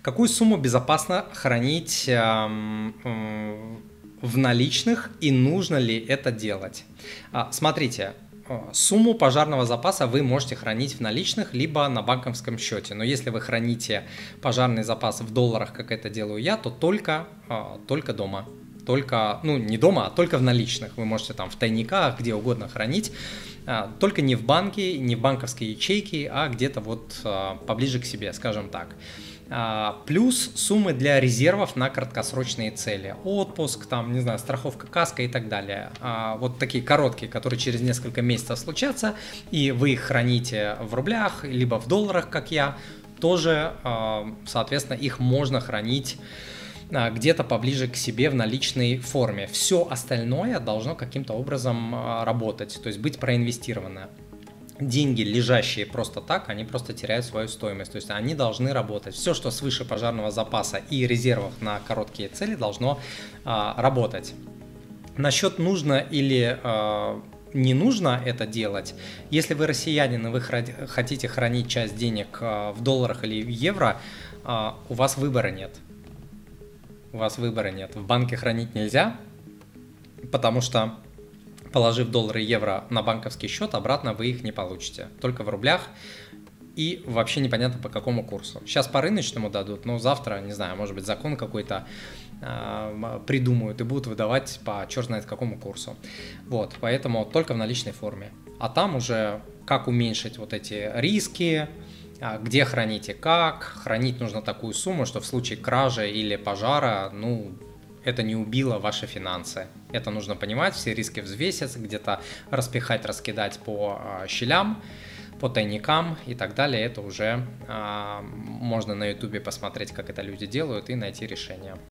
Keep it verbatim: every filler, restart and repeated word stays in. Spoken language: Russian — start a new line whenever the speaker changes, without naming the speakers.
Какую сумму безопасно хранить эм, м, в наличных и нужно ли это делать? А, Смотрите, э, сумму пожарного запаса вы можете хранить в наличных либо на банковском счете. Но если вы храните пожарный запас в долларах, как это делаю я, то только, э, только дома. Только, ну не дома, а только в наличных. Вы можете там в тайниках, где угодно хранить. А, Только не в банке, не в банковской ячейке, а где-то вот а, поближе к себе, скажем так. А, Плюс суммы для резервов на краткосрочные цели. Отпуск, там, не знаю, страховка каска и так далее. А, Вот такие короткие, которые через несколько месяцев случатся, и вы их храните в рублях, либо в долларах, как я, тоже, а, соответственно, их можно хранить а, где-то поближе к себе в наличной форме. Все остальное должно каким-то образом а, работать, то есть быть проинвестировано. Деньги, лежащие просто так, они просто теряют свою стоимость, то есть они должны работать. Все, что свыше пожарного запаса и резервов на короткие цели, должно а, работать. Насчет нужно или а, не нужно это делать, если вы россиянин и вы хра- хотите хранить часть денег а, в долларах или в евро, а, у вас выбора нет. У вас выбора нет. В банке хранить нельзя, потому что, положив доллары и евро на банковский счет, обратно вы их не получите. Только в рублях и вообще непонятно по какому курсу. Сейчас по рыночному дадут, но завтра, не знаю, может быть, закон какой-то э, придумают и будут выдавать по черт знает какому курсу. Вот, поэтому только в наличной форме. А там уже как уменьшить вот эти риски, где хранить и как. Хранить нужно такую сумму, что в случае кражи или пожара, ну, это не убило ваши финансы. Это нужно понимать, все риски взвесить, где-то распихать, раскидать по а, щелям, по тайникам и так далее. Это уже а, можно на ютубе посмотреть, как это люди делают, и найти решение.